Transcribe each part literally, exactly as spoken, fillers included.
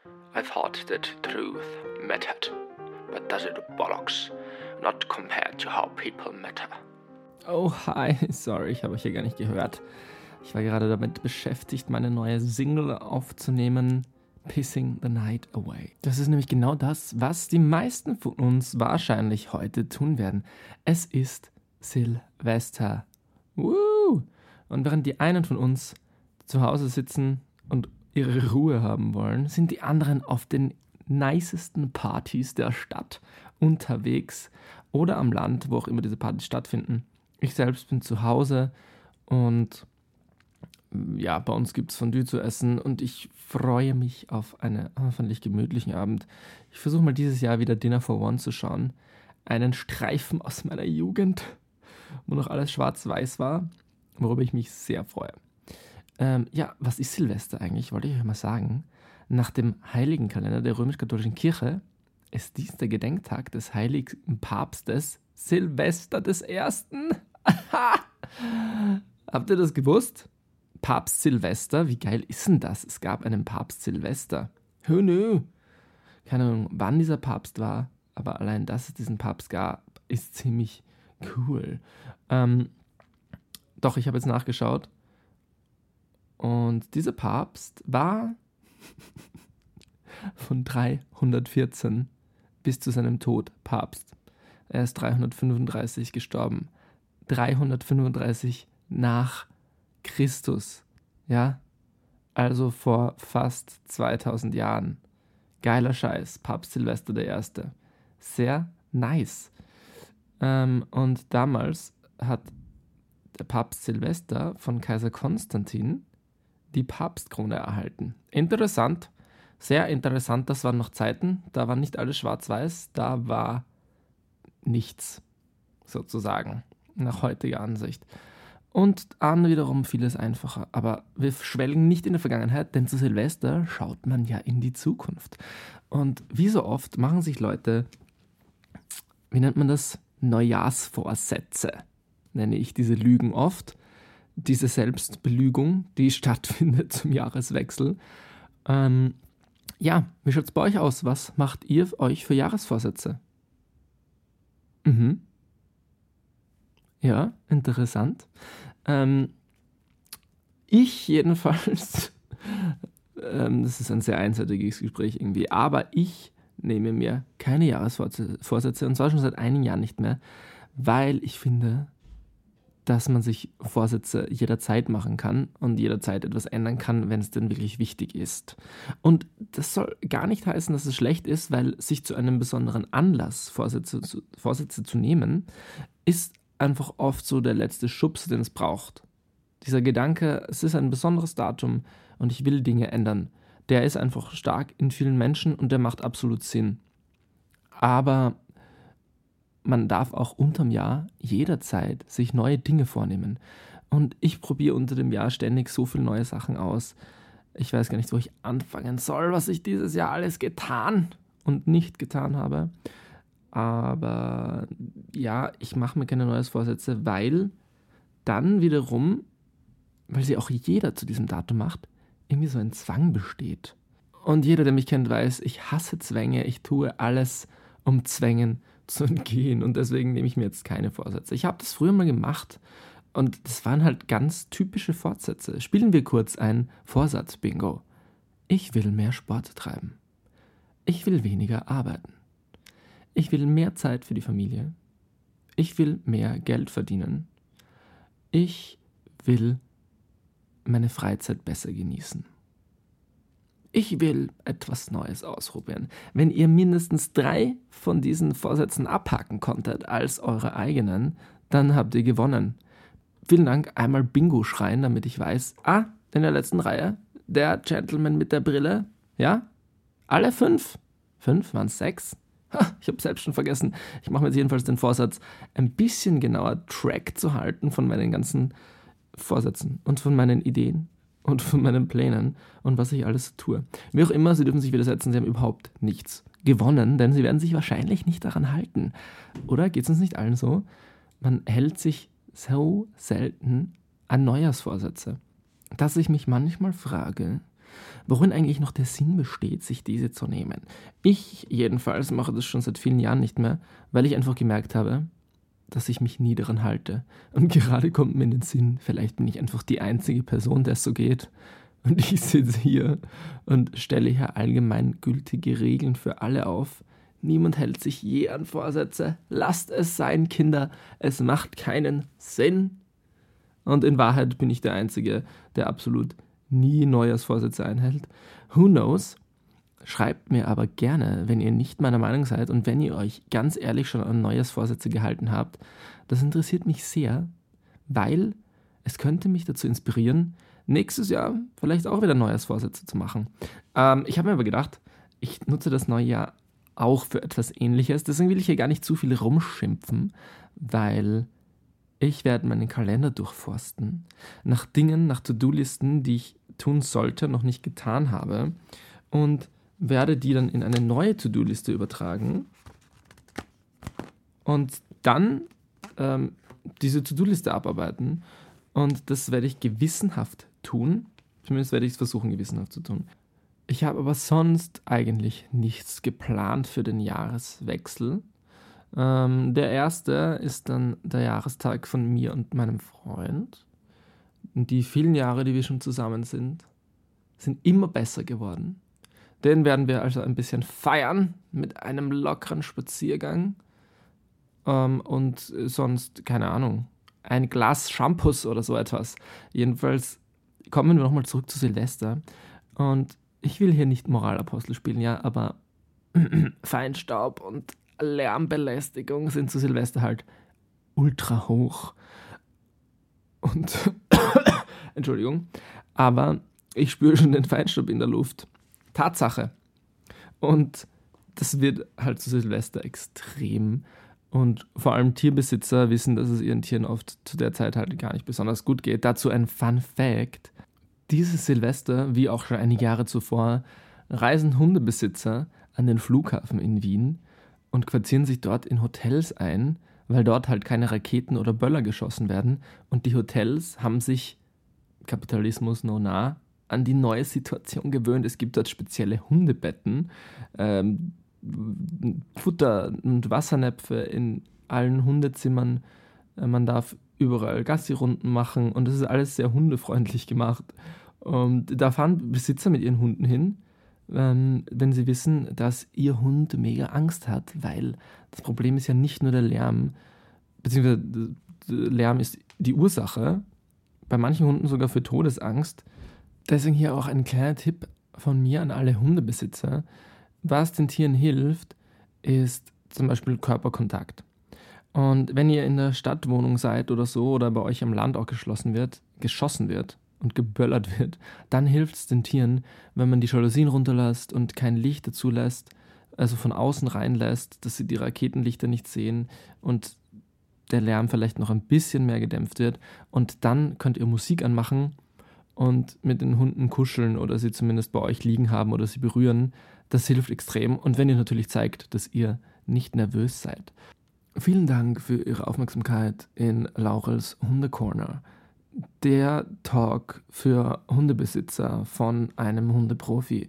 I thought that truth mattered, but does it bollocks, not compared to how people matter. Oh, hi, sorry, ich habe euch hier gar nicht gehört. Ich war gerade damit beschäftigt, meine neue Single aufzunehmen, Pissing the Night Away. Das ist nämlich genau das, was die meisten von uns wahrscheinlich heute tun werden. Es ist Silvester. Woo! Und während die einen von uns zu Hause sitzen und ihre Ruhe haben wollen, sind die anderen auf den nicesten Partys der Stadt unterwegs oder am Land, wo auch immer diese Partys stattfinden. Ich selbst bin zu Hause und ja, bei uns gibt es Fondue zu essen und ich freue mich auf einen hoffentlich gemütlichen Abend. Ich versuche mal dieses Jahr wieder Dinner for One zu schauen. Einen Streifen aus meiner Jugend, wo noch alles schwarz-weiß war, worüber ich mich sehr freue. Ähm, ja, was ist Silvester eigentlich? Wollte ich euch mal sagen. Nach dem Heiligenkalender der römisch-katholischen Kirche ist dies der Gedenktag des heiligen Papstes Silvester des Ersten. Habt ihr das gewusst? Papst Silvester, wie geil ist denn das? Es gab einen Papst Silvester. Hö, nö. Keine Ahnung, wann dieser Papst war, aber allein, dass es diesen Papst gab, ist ziemlich cool. Ähm, doch, ich habe jetzt nachgeschaut. Und dieser Papst war von dreihundertvierzehn bis zu seinem Tod Papst. Er ist dreihundertfünfunddreißig gestorben. dreihundertfünfunddreißig nach Christus. Ja, also vor fast zweitausend Jahren. Geiler Scheiß, Papst Silvester der Erste. Sehr nice. Ähm, und damals hat der Papst Silvester von Kaiser Konstantin die Papstkrone erhalten. Interessant, sehr interessant, das waren noch Zeiten, da war nicht alles schwarz-weiß, da war nichts, sozusagen, nach heutiger Ansicht. Und an wiederum vieles einfacher. Aber wir schwelgen nicht in der Vergangenheit, denn zu Silvester schaut man ja in die Zukunft. Und wie so oft machen sich Leute, wie nennt man das? Neujahrsvorsätze, nenne ich diese Lügen oft. Diese Selbstbelügung, die stattfindet zum Jahreswechsel. Ähm, ja, wie schaut es bei euch aus? Was macht ihr euch für Jahresvorsätze? Mhm. Ja, interessant. Ähm, ich jedenfalls, ähm, das ist ein sehr einseitiges Gespräch irgendwie, aber ich nehme mir keine Jahresvorsätze und zwar schon seit einem Jahr nicht mehr, weil ich finde, dass man sich Vorsätze jederzeit machen kann und jederzeit etwas ändern kann, wenn es denn wirklich wichtig ist. Und das soll gar nicht heißen, dass es schlecht ist, weil sich zu einem besonderen Anlass Vorsätze zu, Vorsätze zu nehmen, ist einfach oft so der letzte Schubs, den es braucht. Dieser Gedanke, es ist ein besonderes Datum und ich will Dinge ändern, der ist einfach stark in vielen Menschen und der macht absolut Sinn. Aber man darf auch unterm Jahr jederzeit sich neue Dinge vornehmen. Und ich probiere unter dem Jahr ständig so viele neue Sachen aus. Ich weiß gar nicht, wo ich anfangen soll, was ich dieses Jahr alles getan und nicht getan habe. Aber ja, ich mache mir keine neuen Vorsätze, weil dann wiederum, weil sie auch jeder zu diesem Datum macht, irgendwie so ein Zwang besteht. Und jeder, der mich kennt, weiß, ich hasse Zwänge, ich tue alles, um Zwängen zu entgehen und deswegen nehme ich mir jetzt keine Vorsätze. Ich habe das früher mal gemacht und das waren halt ganz typische Vorsätze. Spielen wir kurz ein Vorsatz-Bingo. Ich will mehr Sport treiben. Ich will weniger arbeiten. Ich will mehr Zeit für die Familie. Ich will mehr Geld verdienen. Ich will meine Freizeit besser genießen. Ich will etwas Neues ausprobieren. Wenn ihr mindestens drei von diesen Vorsätzen abhaken konntet als eure eigenen, dann habt ihr gewonnen. Vielen Dank, einmal Bingo schreien, damit ich weiß, ah, in der letzten Reihe, der Gentleman mit der Brille, ja? Alle fünf? Fünf? Waren es sechs? Ha, ich habe selbst schon vergessen. Ich mache mir jetzt jedenfalls den Vorsatz, ein bisschen genauer Track zu halten von meinen ganzen Vorsätzen und von meinen Ideen und von meinen Plänen und was ich alles tue. Wie auch immer, sie dürfen sich widersetzen, sie haben überhaupt nichts gewonnen, denn sie werden sich wahrscheinlich nicht daran halten. Oder geht es uns nicht allen so? Man hält sich so selten an Neujahrsvorsätze, dass ich mich manchmal frage, worin eigentlich noch der Sinn besteht, sich diese zu nehmen. Ich jedenfalls mache das schon seit vielen Jahren nicht mehr, weil ich einfach gemerkt habe, dass ich mich nie daran halte. Und gerade kommt mir in den Sinn, vielleicht bin ich einfach die einzige Person, der es so geht. Und ich sitze hier und stelle hier allgemeingültige Regeln für alle auf. Niemand hält sich je an Vorsätze. Lasst es sein, Kinder. Es macht keinen Sinn. Und in Wahrheit bin ich der Einzige, der absolut nie Neujahrsvorsätze einhält. Who knows? Schreibt mir aber gerne, wenn ihr nicht meiner Meinung seid und wenn ihr euch ganz ehrlich schon an Neujahrsvorsätze gehalten habt. Das interessiert mich sehr, weil es könnte mich dazu inspirieren, nächstes Jahr vielleicht auch wieder Neujahrsvorsätze zu machen. Ähm, ich habe mir aber gedacht, ich nutze das neue Jahr auch für etwas Ähnliches. Deswegen will ich hier gar nicht zu viel rumschimpfen, weil ich werde meinen Kalender durchforsten. Nach Dingen, nach To-Do-Listen, die ich tun sollte, noch nicht getan habe. Und werde die dann in eine neue To-Do-Liste übertragen. Und dann ähm, diese To-Do-Liste abarbeiten. Und das werde ich gewissenhaft tun. Zumindest werde ich es versuchen, gewissenhaft zu tun. Ich habe aber sonst eigentlich nichts geplant für den Jahreswechsel. Ähm, der erste ist dann der Jahrestag von mir und meinem Freund. Die vielen Jahre, die wir schon zusammen sind, sind immer besser geworden. Den werden wir also ein bisschen feiern mit einem lockeren Spaziergang. Ähm, und sonst, keine Ahnung, ein Glas Shampoos oder so etwas. Jedenfalls kommen wir nochmal zurück zu Silvester. Und ich will hier nicht Moralapostel spielen, ja, aber Feinstaub und Lärmbelästigung sind zu Silvester halt ultra hoch. Und, Entschuldigung, aber ich spüre schon den Feinstaub in der Luft. Tatsache. Und das wird halt zu Silvester extrem. Und vor allem Tierbesitzer wissen, dass es ihren Tieren oft zu der Zeit halt gar nicht besonders gut geht. Dazu ein Fun Fact. Dieses Silvester, wie auch schon einige Jahre zuvor, reisen Hundebesitzer an den Flughafen in Wien und quartieren sich dort in Hotels ein, weil dort halt keine Raketen oder Böller geschossen werden. Und die Hotels haben sich, Kapitalismus no nah, an die neue Situation gewöhnt. Es gibt dort spezielle Hundebetten, ähm, Futter und Wassernäpfe in allen Hundezimmern. Man darf überall Gassi-Runden machen und das ist alles sehr hundefreundlich gemacht. Und da fahren Besitzer mit ihren Hunden hin, ähm, wenn sie wissen, dass ihr Hund mega Angst hat, weil das Problem ist ja nicht nur der Lärm, beziehungsweise der Lärm ist die Ursache, bei manchen Hunden sogar für Todesangst. Deswegen hier auch ein kleiner Tipp von mir an alle Hundebesitzer. Was den Tieren hilft, ist zum Beispiel Körperkontakt. Und wenn ihr in der Stadtwohnung seid oder so oder bei euch am Land auch geschlossen wird, geschossen wird und geböllert wird, dann hilft es den Tieren, wenn man die Jalousien runterlässt und kein Licht dazu lässt, also von außen reinlässt, dass sie die Raketenlichter nicht sehen und der Lärm vielleicht noch ein bisschen mehr gedämpft wird. Und dann könnt ihr Musik anmachen und mit den Hunden kuscheln oder sie zumindest bei euch liegen haben oder sie berühren. Das hilft extrem. Und wenn ihr natürlich zeigt, dass ihr nicht nervös seid. Vielen Dank für Ihre Aufmerksamkeit in Laurels Hundecorner. Der Talk für Hundebesitzer von einem Hundeprofi.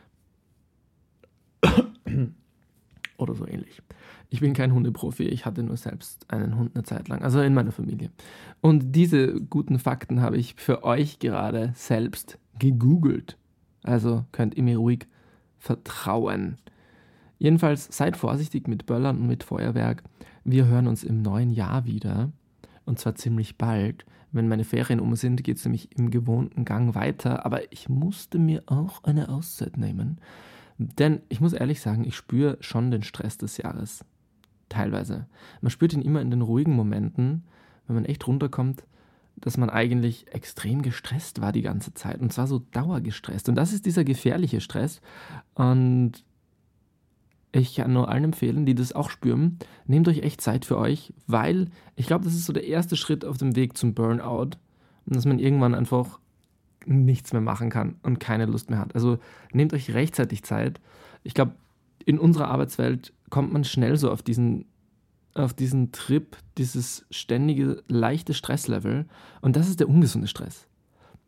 Oder so ähnlich. Ich bin kein Hundeprofi, ich hatte nur selbst einen Hund eine Zeit lang, also in meiner Familie. Und diese guten Fakten habe ich für euch gerade selbst gegoogelt. Also könnt ihr mir ruhig vertrauen. Jedenfalls seid vorsichtig mit Böllern und mit Feuerwerk. Wir hören uns im neuen Jahr wieder. Und zwar ziemlich bald. Wenn meine Ferien um sind, geht es nämlich im gewohnten Gang weiter. Aber ich musste mir auch eine Auszeit nehmen. Denn ich muss ehrlich sagen, ich spüre schon den Stress des Jahres. Teilweise. Man spürt ihn immer in den ruhigen Momenten, wenn man echt runterkommt, dass man eigentlich extrem gestresst war die ganze Zeit. Und zwar so dauergestresst. Und das ist dieser gefährliche Stress. Und ich kann nur allen empfehlen, die das auch spüren, nehmt euch echt Zeit für euch, weil ich glaube, das ist so der erste Schritt auf dem Weg zum Burnout. Und dass man irgendwann einfach nichts mehr machen kann und keine Lust mehr hat. Also nehmt euch rechtzeitig Zeit. Ich glaube, in unserer Arbeitswelt kommt man schnell so auf diesen, auf diesen Trip, dieses ständige, leichte Stresslevel. Und das ist der ungesunde Stress.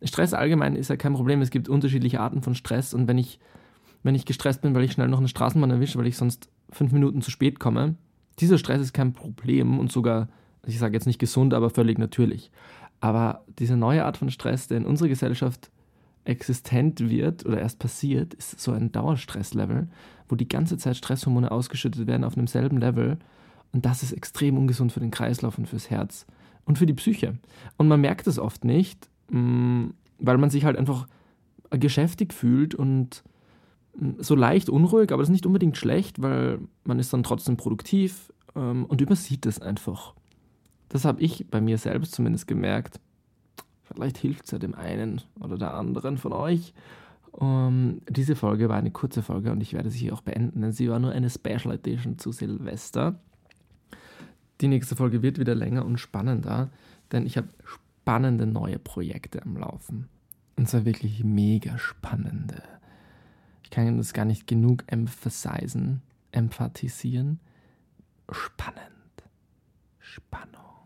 Stress allgemein ist ja kein Problem. Es gibt unterschiedliche Arten von Stress und wenn ich, wenn ich gestresst bin, weil ich schnell noch eine Straßenbahn erwische, weil ich sonst fünf Minuten zu spät komme, dieser Stress ist kein Problem und sogar, ich sage jetzt nicht gesund, aber völlig natürlich. Aber diese neue Art von Stress, der in unserer Gesellschaft existent wird oder erst passiert, ist so ein Dauerstresslevel, wo die ganze Zeit Stresshormone ausgeschüttet werden auf einem selben Level und das ist extrem ungesund für den Kreislauf und fürs Herz und für die Psyche. Und man merkt es oft nicht, weil man sich halt einfach geschäftig fühlt und so leicht unruhig, aber das ist nicht unbedingt schlecht, weil man ist dann trotzdem produktiv und übersieht es einfach. Das habe ich bei mir selbst zumindest gemerkt. Vielleicht hilft es ja dem einen oder der anderen von euch. Um, diese Folge war eine kurze Folge und ich werde sie hier auch beenden, denn sie war nur eine Special Edition zu Silvester. Die nächste Folge wird wieder länger und spannender, denn ich habe spannende neue Projekte am Laufen. Und zwar wirklich mega spannende. Ich kann das gar nicht genug emphasisieren. Emphatisierend. Spannend. Spannung.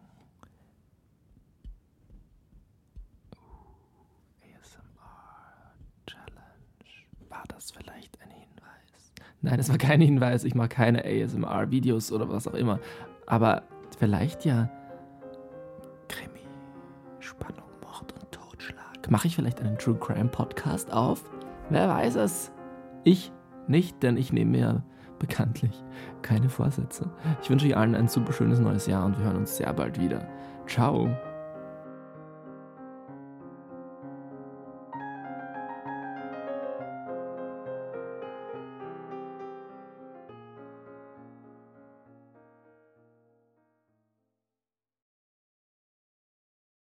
War das vielleicht ein Hinweis? Nein, das war kein Hinweis. Ich mache keine A S M R-Videos oder was auch immer. Aber vielleicht ja Krimi, Spannung, Mord und Totschlag. Mache ich vielleicht einen True Crime Podcast auf? Wer weiß es? Ich nicht, denn ich nehme mir bekanntlich keine Vorsätze. Ich wünsche euch allen ein super schönes neues Jahr und wir hören uns sehr bald wieder. Ciao!